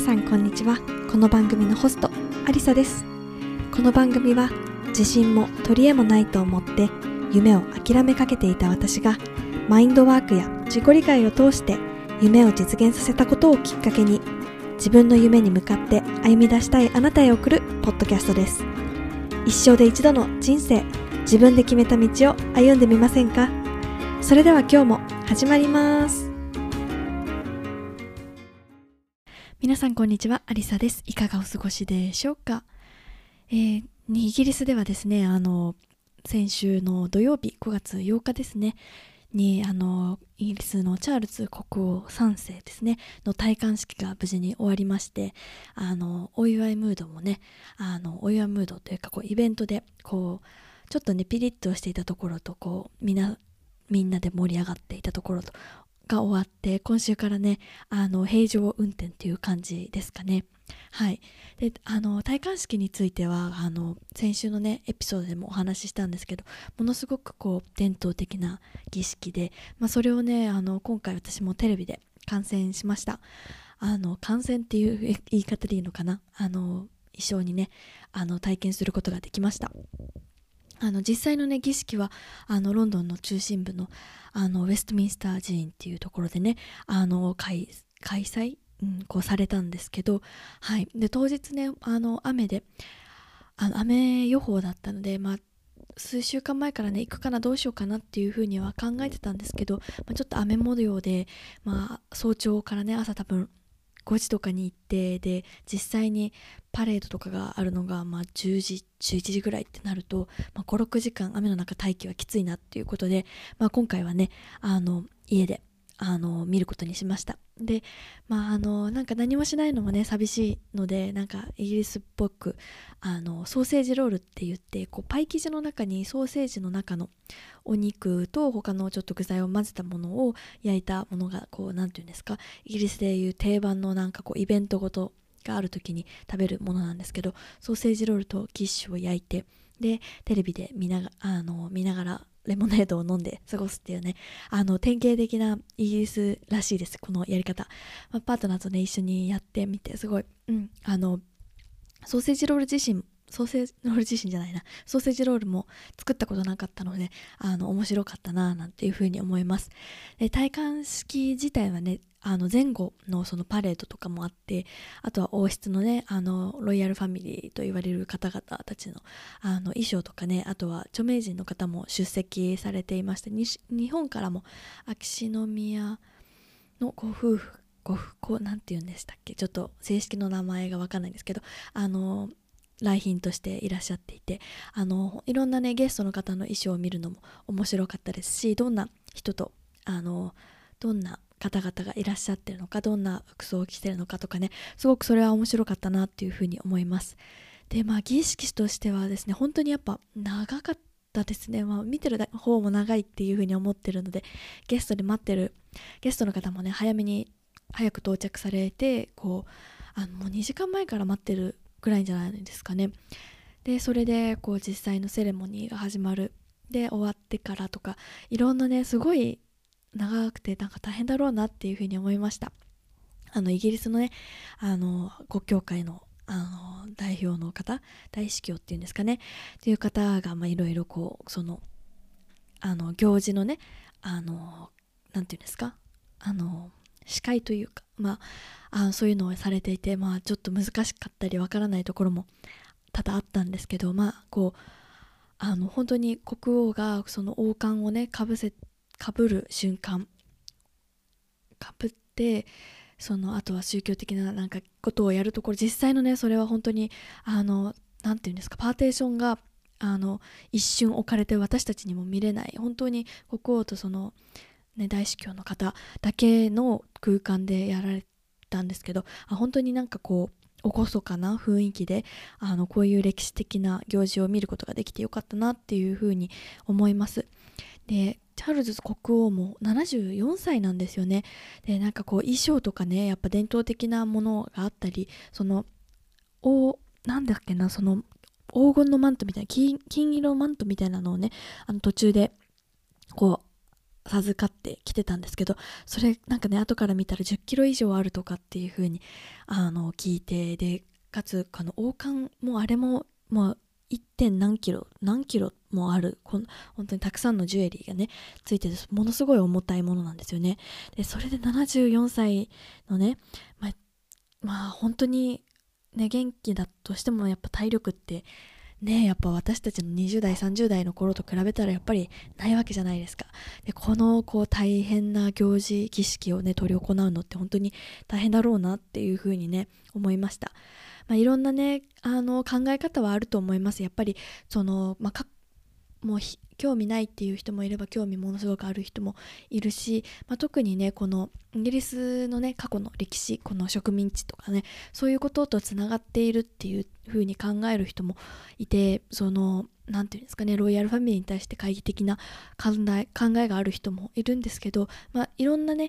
さんこんにちは。この番組のホストアリサです。この番組は自信も取り柄もないと思って夢を諦めかけていた私がマインドワークや自己理解を通して夢を実現させたことをきっかけに自分の夢に向かって歩み出したいあなたへ送るポッドキャストです。一生で一度の人生、自分で決めた道を歩んでみませんか？それでは今日も始まります。皆さんこんにちは、アリサです。いかがお過ごしでしょうか？イギリスではですね、先週の土曜日5月8日ですねにイギリスのチャールズ国王3世ですねの戴冠式が無事に終わりまして、お祝いムードもね、お祝いムードというかイベントでちょっとねピリッとしていたところとみんなで盛り上がっていたところとが終わって、今週からね平常運転という感じですかね。はい。で戴冠式については先週のねエピソードでもお話ししたんですけど、ものすごく伝統的な儀式で、それをね今回私もテレビで観戦しました。観戦っていう言い方でいいのかな、一緒にね体験することができました。実際のね儀式はロンドンの中心部のウェストミンスター寺院っていうところでね開催、されたんですけど、はい。で当日ね雨で雨予報だったので、数週間前からね行くかなどうしようかなっていうふうには考えてたんですけど、ちょっと雨模様で、早朝からね朝多分5時とかに行って、で実際にパレードとかがあるのが10時11時ぐらいってなると、5、6時間雨の中待機はきついなっていうことで、今回はね家で見ることにしました。でなんか何もしないのもね寂しいので、なんかイギリスっぽくソーセージロールって言って、パイ生地の中にソーセージの中のお肉と他のちょっと具材を混ぜたものを焼いたものがなんていうんですか、イギリスでいう定番のなんかイベントごとがある時に食べるものなんですけど、ソーセージロールとキッシュを焼いて、でテレビで見ながらレモネードを飲んで過ごすっていうね典型的なイギリスらしいです、このやり方。パートナーとね一緒にやってみてすごい、ソーセージロールじゃないな、ソーセージロールも作ったことなかったので面白かったななんていうふうに思います。で戴冠式自体はね前後のそのパレードとかもあって、あとは王室のねロイヤルファミリーと言われる方々たちの衣装とかね、あとは著名人の方も出席されていまして、日本からも秋篠宮のご夫婦なんて言うんでしたっけ、ちょっと正式の名前が分かんないんですけど来賓としていらっしゃっていて、いろんなねゲストの方の衣装を見るのも面白かったですし、どんな人とどんな方々がいらっしゃってるのか、どんな服装を着てるのかとかね、すごくそれは面白かったなっていうふうに思います。で儀式としてはですね、本当にやっぱ長かったですね。見てる方も長いっていうふうに思ってるので、ゲストで待ってるゲストの方もね早く到着されて、もう2時間前から待ってるぐらいじゃないですかね。でそれで実際のセレモニーが始まる、で終わってからとか、いろんなねすごい長くてなんか大変だろうなっていうふうに思いました。イギリスのね国教会の代表の方、大司教っていうんですかねっていう方がいろいろその行事のねなんていうんですか司会というかそういうのをされていて、ちょっと難しかったりわからないところも多々あったんですけど、本当に国王がその王冠をねかぶる瞬間、かぶってあとは宗教的ななんかことをやるところ、実際のねそれは本当になんていうんですか、パーテーションが一瞬置かれて私たちにも見れない、本当に国王とその大司教の方だけの空間でやられたんですけど、本当になんか厳かな雰囲気でこういう歴史的な行事を見ることができてよかったなっていうふうに思います。でチャールズ国王も74歳なんですよね。でなんか衣装とかねやっぱ伝統的なものがあったり、なんだっけな、その黄金のマントみたいな金色マントみたいなのをね途中で刺授かってきてたんですけど、それなんかね後から見たら10キロ以上あるとかっていう風に聞いて、でかつ王冠もあれももう 1. 点何キロもある本当にたくさんのジュエリーがねついてて、ものすごい重たいものなんですよね。でそれで74歳のね、まあ本当にね元気だとしてもやっぱ体力ってねやっぱ私たちの20代30代の頃と比べたらやっぱりないわけじゃないですか。でこう大変な行事儀式をね執り行うのって本当に大変だろうなっていうふうにね思いました。いろんなね考え方はあると思います。やっぱりもう興味ないっていう人もいれば興味ものすごくある人もいるし、特にねこのイギリスのね過去の歴史、この植民地とかねそういうこととつながっているっていう風に考える人もいて、なんていうんですかね、ロイヤルファミリーに対して懐疑的な考えがある人もいるんですけど、いろんなね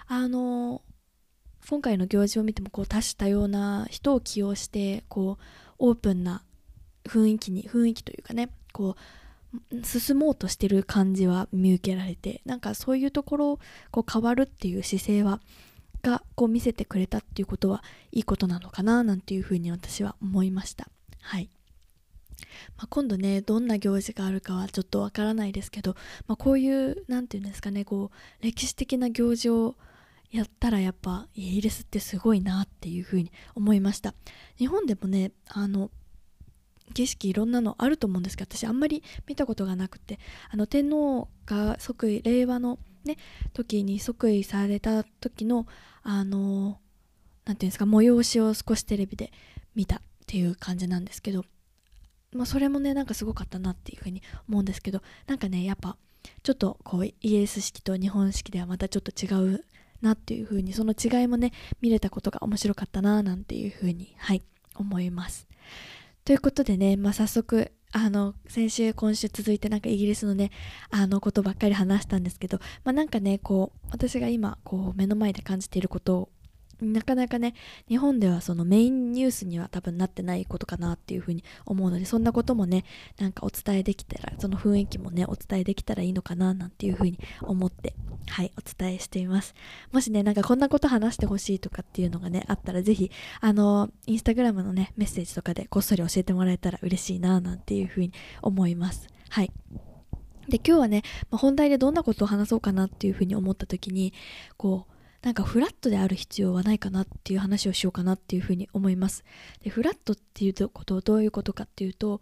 今回の行事を見ても多種多様な人を起用してオープンな雰囲気というかね進もうとしてる感じは見受けられて、なんかそういうところ変わるっていう姿勢が見せてくれたっていうことはいいことなのかななんていうふうに私は思いました。はい。今度ねどんな行事があるかはちょっとわからないですけど、こういうなんていうんですかね歴史的な行事をやったらやっぱイギリスってすごいなっていうふうに思いました。日本でもね儀式いろんなのあると思うんですけど、私あんまり見たことがなくて、天皇が令和のね時に即位された時のなんていうんですか催しを少しテレビで見たっていう感じなんですけど、それもねなんかすごかったなっていうふうに思うんですけど、なんかねやっぱちょっとイギリス式と日本式ではまたちょっと違うなっていうふうに、その違いもね見れたことが面白かったななんていうふうに思います。ということでね、早速先週今週続いてなんかイギリスのねことばっかり話したんですけど、なんかね私が今目の前で感じていることをなかなかね日本ではそのメインニュースには多分なってないことかなっていうふうに思うので、そんなこともねなんかお伝えできたら、その雰囲気もねお伝えできたらいいのかななんていうふうに思ってお伝えしています。もしねなんかこんなこと話してほしいとかっていうのがねあったら、ぜひインスタグラムのねメッセージとかでこっそり教えてもらえたら嬉しいななんていうふうに思います。で今日はね、本題でどんなことを話そうかなっていうふうに思った時になんかフラットである必要はないかなっていう話をしようかなっていうふうに思います。でフラットっていうことどういうことかっていうと、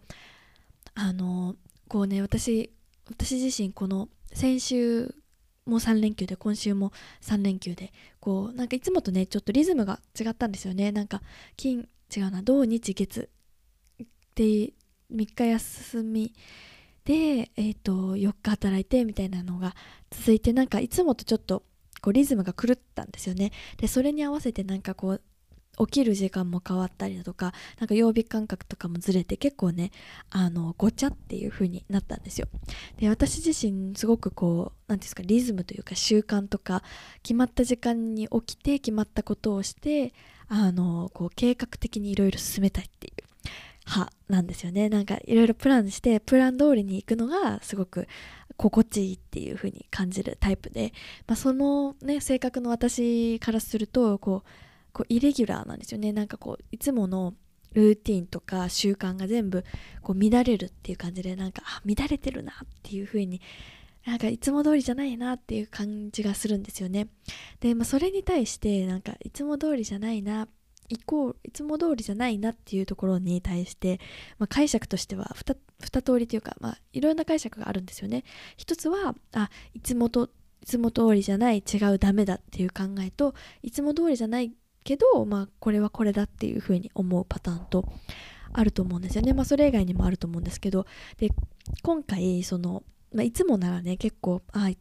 私自身この先週も3連休で今週も3連休でなんかいつもとねちょっとリズムが違ったんですよね。なんか土日月で3日休みで4日働いてみたいなのが続いて、なんかいつもとちょっとリズムが狂ったんですよね。でそれに合わせてなんか起きる時間も変わったりだとか、なんか曜日感覚とかもずれて結構ねごちゃっていう風になったんですよ。で私自身すごくなんていうんですか、リズムというか習慣とか決まった時間に起きて決まったことをして計画的にいろいろ進めたいっていう派なんですよね。なんかいろいろプランしてプラン通りに行くのがすごく心地いいっていう風に感じるタイプで、そのね性格の私からするとイレギュラーなんですよね。なんかいつものルーティンとか習慣が全部乱れるっていう感じで、なんか乱れてるなっていう風に、なんかいつも通りじゃないなっていう感じがするんですよね。で、それに対してなんかいつも通りじゃないないつも通りじゃないなっていうところに対して、解釈としては2通りというか、いろんな解釈があるんですよね。一つはいつも通りじゃない、違う、ダメだっていう考えと、いつも通りじゃないけど、これはこれだっていうふうに思うパターンとあると思うんですよね。それ以外にもあると思うんですけど、で今回いつもならね結構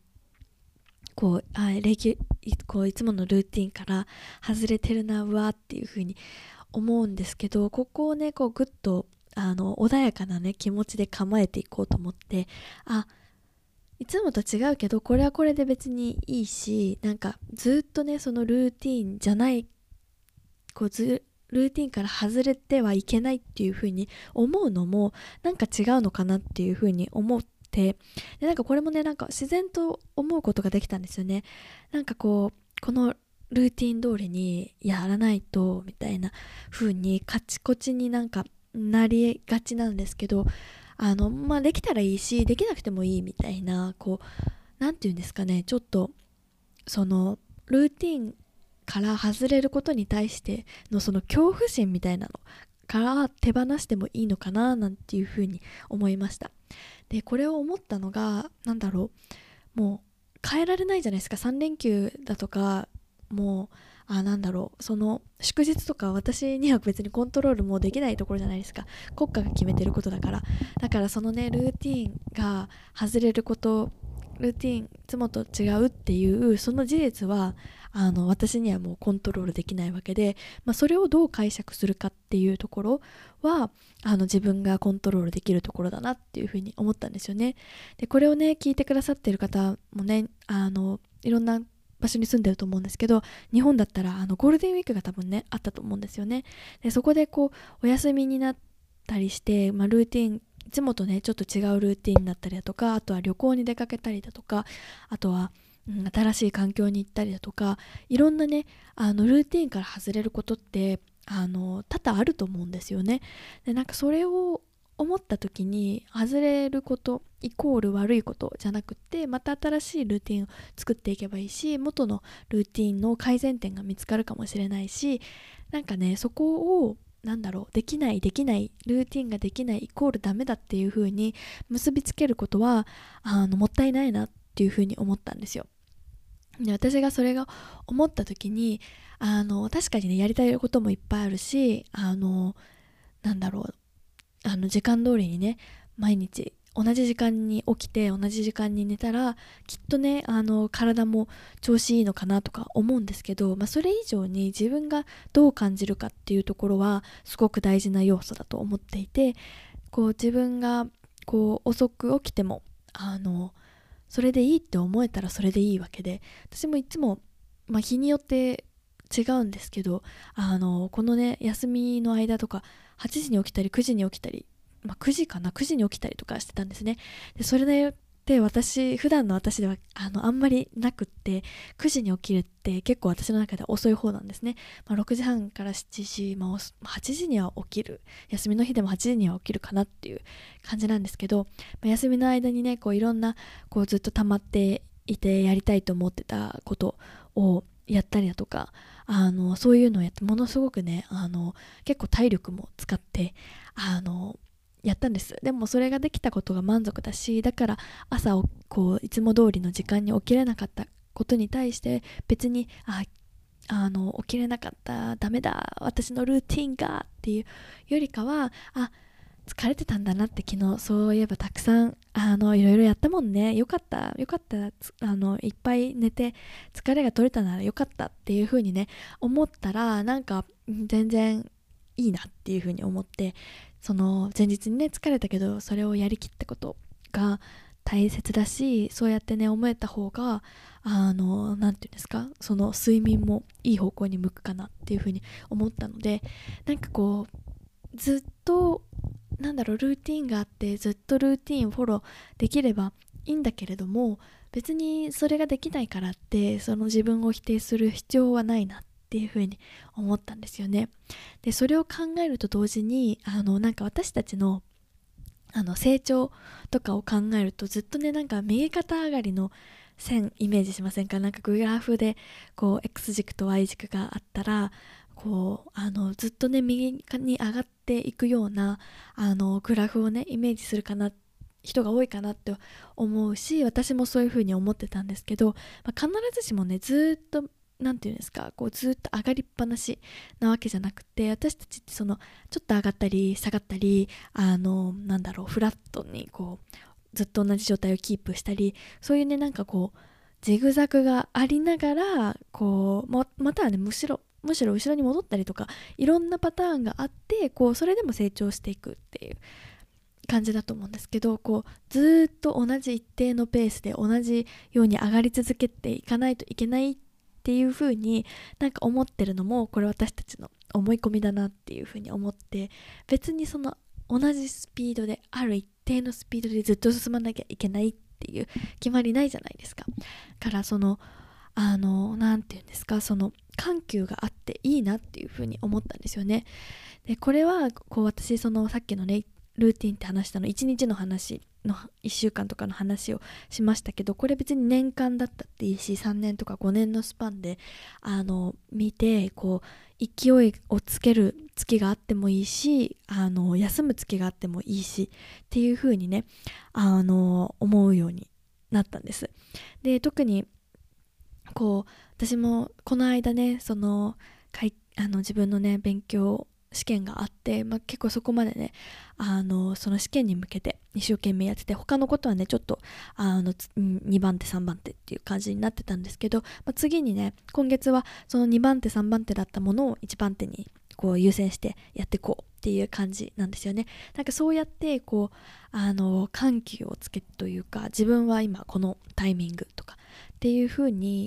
いつものルーティンから外れてるなっていう風に思うんですけど、ここをねぐっと穏やかなね気持ちで構えていこうと思って、いつもと違うけどこれはこれで別にいいし、なんかずっとねそのルーティンじゃないルーティンから外れてはいけないっていう風に思うのもなんか違うのかなっていう風に思って、でなんかこれもねなんか自然と思うことができたんですよね。なんかこのルーティン通りにやらないとみたいな風にカチコチになんかなりがちなんですけど、できたらいいしできなくてもいいみたいな、なんていうんですかね、ちょっとそのルーティンから外れることに対してのその恐怖心みたいなのから手放してもいいのかななんていうふうに思いました。でこれを思ったのがもう変えられないじゃないですか。3連休だとかもうその祝日とか私には別にコントロールもできないところじゃないですか。国家が決めてることだから。だからそのねルーティンが外れること、ルーティンいつもと違うっていうその事実は私にはもうコントロールできないわけで、それをどう解釈するかっていうところは自分がコントロールできるところだなっていうふうに思ったんですよね。でこれをね聞いてくださってる方もねいろんな場所に住んでると思うんですけど、日本だったらゴールデンウィークが多分ねあったと思うんですよね。でそこでお休みになったりして、ルーティンいつもとねちょっと違うルーティンになったりだとか、あとは旅行に出かけたりだとか、あとは、新しい環境に行ったりだとか、いろんなねルーティンから外れることって多々あると思うんですよね。でなんかそれを思った時に外れることイコール悪いことじゃなくて、また新しいルーティンを作っていけばいいし、元のルーティンの改善点が見つかるかもしれないし、なんかねそこをできないルーティンができないイコールダメだっていう風に結びつけることはもったいないなっていう風に思ったんですよ。で私がそれが思った時に確かにねやりたいこともいっぱいあるし、時間通りにね毎日同じ時間に起きて同じ時間に寝たらきっとね体も調子いいのかなとか思うんですけど、それ以上に自分がどう感じるかっていうところはすごく大事な要素だと思っていて、自分が遅く起きてもそれでいいって思えたらそれでいいわけで、私もいつも、日によって違うんですけどこのね休みの間とか8時に起きたり9時に起きたり、9時かな9時に起きたりとかしてたんですね。でそれで普段の私ではあんまりなくって、9時に起きるって結構私の中では遅い方なんですね。6時半から7時、8時には起きる、休みの日でも8時には起きるかなっていう感じなんですけど、休みの間にねいろんなずっと溜まっていてやりたいと思ってたことをやったりだとか、そういうのをやってものすごくね結構体力も使ってやったんです。でもそれができたことが満足だし、だから朝をいつも通りの時間に起きれなかったことに対して別に起きれなかった、ダメだ私のルーティンがっていうよりかは、疲れてたんだなって、昨日そういえばたくさんいろいろやったもんね、よかったいっぱい寝て疲れが取れたならよかったっていう風にね思ったら、なんか全然いいなっていう風に思って、その前日にね疲れたけどそれをやりきったことが大切だし、そうやってね思えた方がなんていうんですか、その睡眠もいい方向に向くかなっていう風に思ったので、なんかずっとルーティンがあってずっとルーティンをフォローできればいいんだけれども、別にそれができないからってその自分を否定する必要はないなっていうふうに思ったんですよね。でそれを考えると同時になんか私たちの成長とかを考えると、ずっとね右肩上がりの線イメージしませんか？なんかグラフでX 軸と Y 軸があったらずっとね右に上がっていくようなグラフをねイメージする人が多いかなって思うし、私もそういう風に思ってたんですけど、必ずしもねずっとなんていうんですか、ずっと上がりっぱなしなわけじゃなくて、私たちってちょっと上がったり下がったりフラットにずっと同じ状態をキープしたり、そういうねジグザグがありながらまたはねむしろ後ろに戻ったりとか、いろんなパターンがあってそれでも成長していくっていう感じだと思うんですけど、ずっと同じ一定のペースで同じように上がり続けていかないといけないっていう風に思ってるのも、これ私たちの思い込みだなっていう風に思って、別にその同じスピードである一定のスピードでずっと進まなきゃいけないっていう決まりないじゃないですか。からなんていうんですか、その緩急があっていいなっていうふうに思ったんですよね。でこれは私さっきのねルーティンって話したの1日の話の1週間とかの話をしましたけど、これ別に年間だったっていいし3年とか5年のスパンで見て勢いをつける月があってもいいし休む月があってもいいしっていう風にね思うようになったんです。で特に私もこの間ね自分のね勉強試験があって、結構そこまでねその試験に向けて一生懸命やってて、他のことはねちょっと2番手3番手っていう感じになってたんですけど、次にね今月はその2番手3番手だったものを1番手に優先してやっていこうっていう感じなんですよね。なんかそうやって緩急をつけるというか、自分は今このタイミングとかっていう風に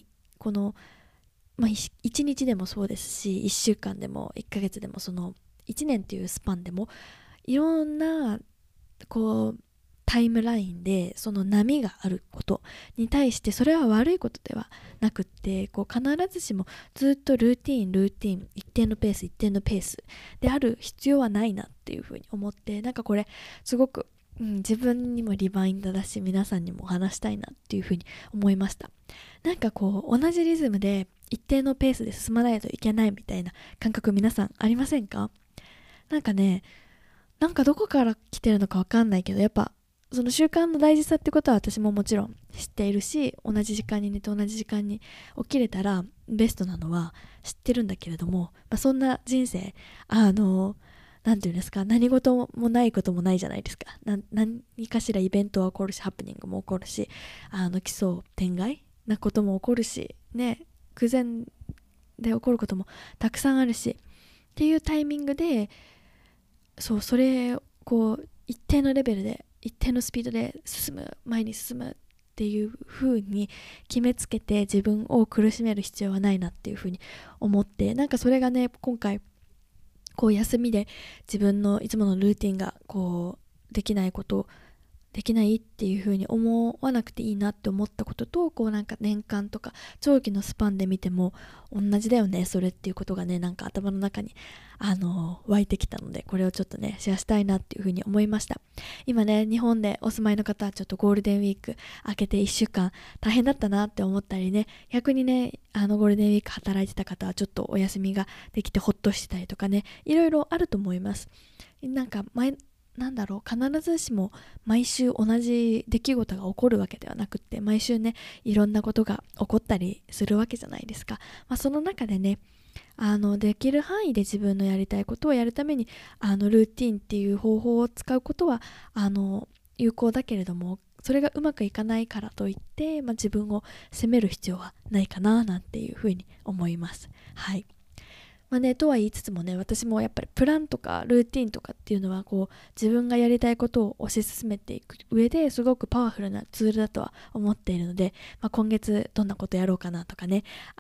1日でもそうですし1週間でも1ヶ月でもその1年っていうスパンでもいろんなタイムラインでその波があることに対して、それは悪いことではなくって必ずしもずっとルーティン一定のペースである必要はないなっていうふうに思って、なんかこれすごく自分にもリマインダーだし皆さんにも話したいなっていうふうに思いました。なんか同じリズムで一定のペースで進まないといけないみたいな感覚皆さんありませんか？なんかね、なんかどこから来てるのかわかんないけど、やっぱその習慣の大事さってことは私ももちろん知っているし、同じ時間に寝て同じ時間に起きれたらベストなのは知ってるんだけれども、そんな人生なんていうんですか、何事もないこともないじゃないですか。何かしらイベントは起こるし、ハプニングも起こるし、奇想天外なことも起こるしね、偶然で起こることもたくさんあるしっていうタイミングで、それを一定のレベルで一定のスピードで前に進むっていう風に決めつけて自分を苦しめる必要はないなっていう風に思って、なんかそれがね今回休みで自分のいつものルーティンができないっていう風に思わなくていいなって思ったことと、なんか年間とか長期のスパンで見ても同じだよねそれっていうことがね、なんか頭の中に湧いてきたので、これをちょっとねシェアしたいなっていう風に思いました。今ね日本でお住まいの方はちょっとゴールデンウィーク明けて1週間大変だったなって思ったりね、逆にねゴールデンウィーク働いてた方はちょっとお休みができてほっとしてたりとかね、いろいろあると思います。なんか必ずしも毎週同じ出来事が起こるわけではなくって、毎週ねいろんなことが起こったりするわけじゃないですか。その中でねできる範囲で自分のやりたいことをやるためにルーティンっていう方法を使うことは有効だけれども、それがうまくいかないからといって、自分を責める必要はないかななんていうふうに思います。はい。とは言いつつもね、私もやっぱりプランとかルーティンとかっていうのは自分がやりたいことを推し進めていく上ですごくパワフルなツールだとは思っているので、今月どんなことやろうかなとかね、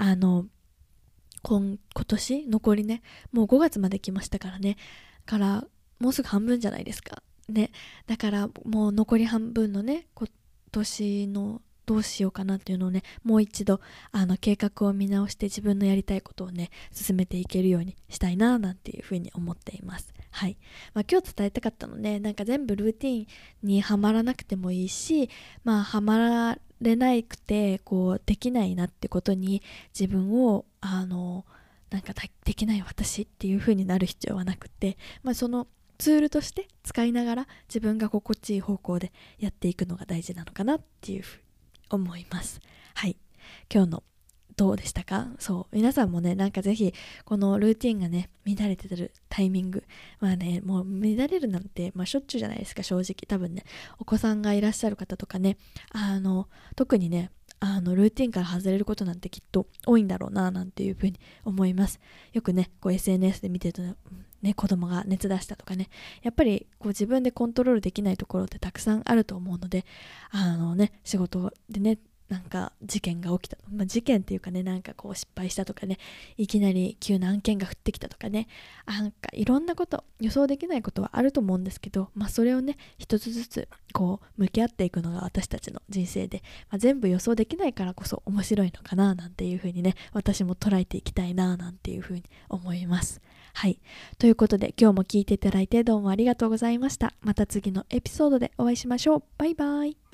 今年残りねもう5月まで来ましたからね、からもうすぐ半分じゃないですかね。だからもう残り半分のね今年のどうしようかなっていうのをねもう一度計画を見直して自分のやりたいことをね進めていけるようにしたいななんていうふうに思っています。はい。今日伝えたかったのね、なんか全部ルーティンにはまらなくてもいいし、はまられなくてできないなってことに自分をなんかできない私っていう風になる必要はなくて、そのツールとして使いながら自分が心地いい方向でやっていくのが大事なのかなっていうふうに思います。はい。今日のどうでしたか？皆さんもねなんかぜひこのルーティンがね乱れてるタイミングもう乱れるなんてしょっちゅうじゃないですか。正直多分ねお子さんがいらっしゃる方とかね特にねルーティンから外れることなんてきっと多いんだろうななんていうふうに思います。よくねSNS で見てるとね子供が熱出したとかね、やっぱり自分でコントロールできないところってたくさんあると思うので仕事でねなんか事件が起きた、事件っていうかね、なんかこう失敗したとかね、いきなり急な案件が降ってきたとかね、なんかいろんなこと予想できないことはあると思うんですけど、それをね一つずつこう向き合っていくのが私たちの人生で、全部予想できないからこそ面白いのかななんていう風にね、私も捉えていきたいななんていう風に思います。はい、ということで今日も聞いていただいてどうもありがとうございました。また次のエピソードでお会いしましょう。バイバイ。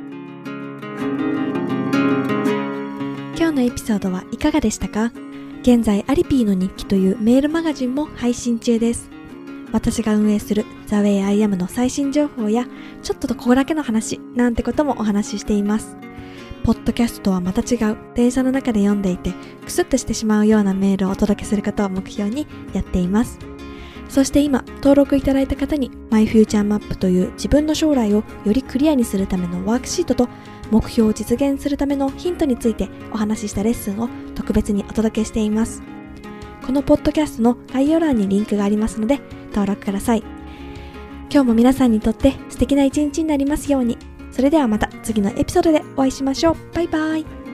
今日のエピソードはいかがでしたか？現在アリピーの日記というメールマガジンも配信中です。私が運営する The Way I Am の最新情報やちょっとここだけの話なんてこともお話ししています。ポッドキャストとはまた違う電車の中で読んでいてクスッとしてしまうようなメールをお届けすることを目標にやっています。そして今登録いただいた方に My Future Map という自分の将来をよりクリアにするためのワークシートと目標を実現するためのヒントについてお話ししたレッスンを特別にお届けしています。このポッドキャストの概要欄にリンクがありますので登録ください。今日も皆さんにとって素敵な一日になりますように。それではまた次のエピソードでお会いしましょう。バイバイ。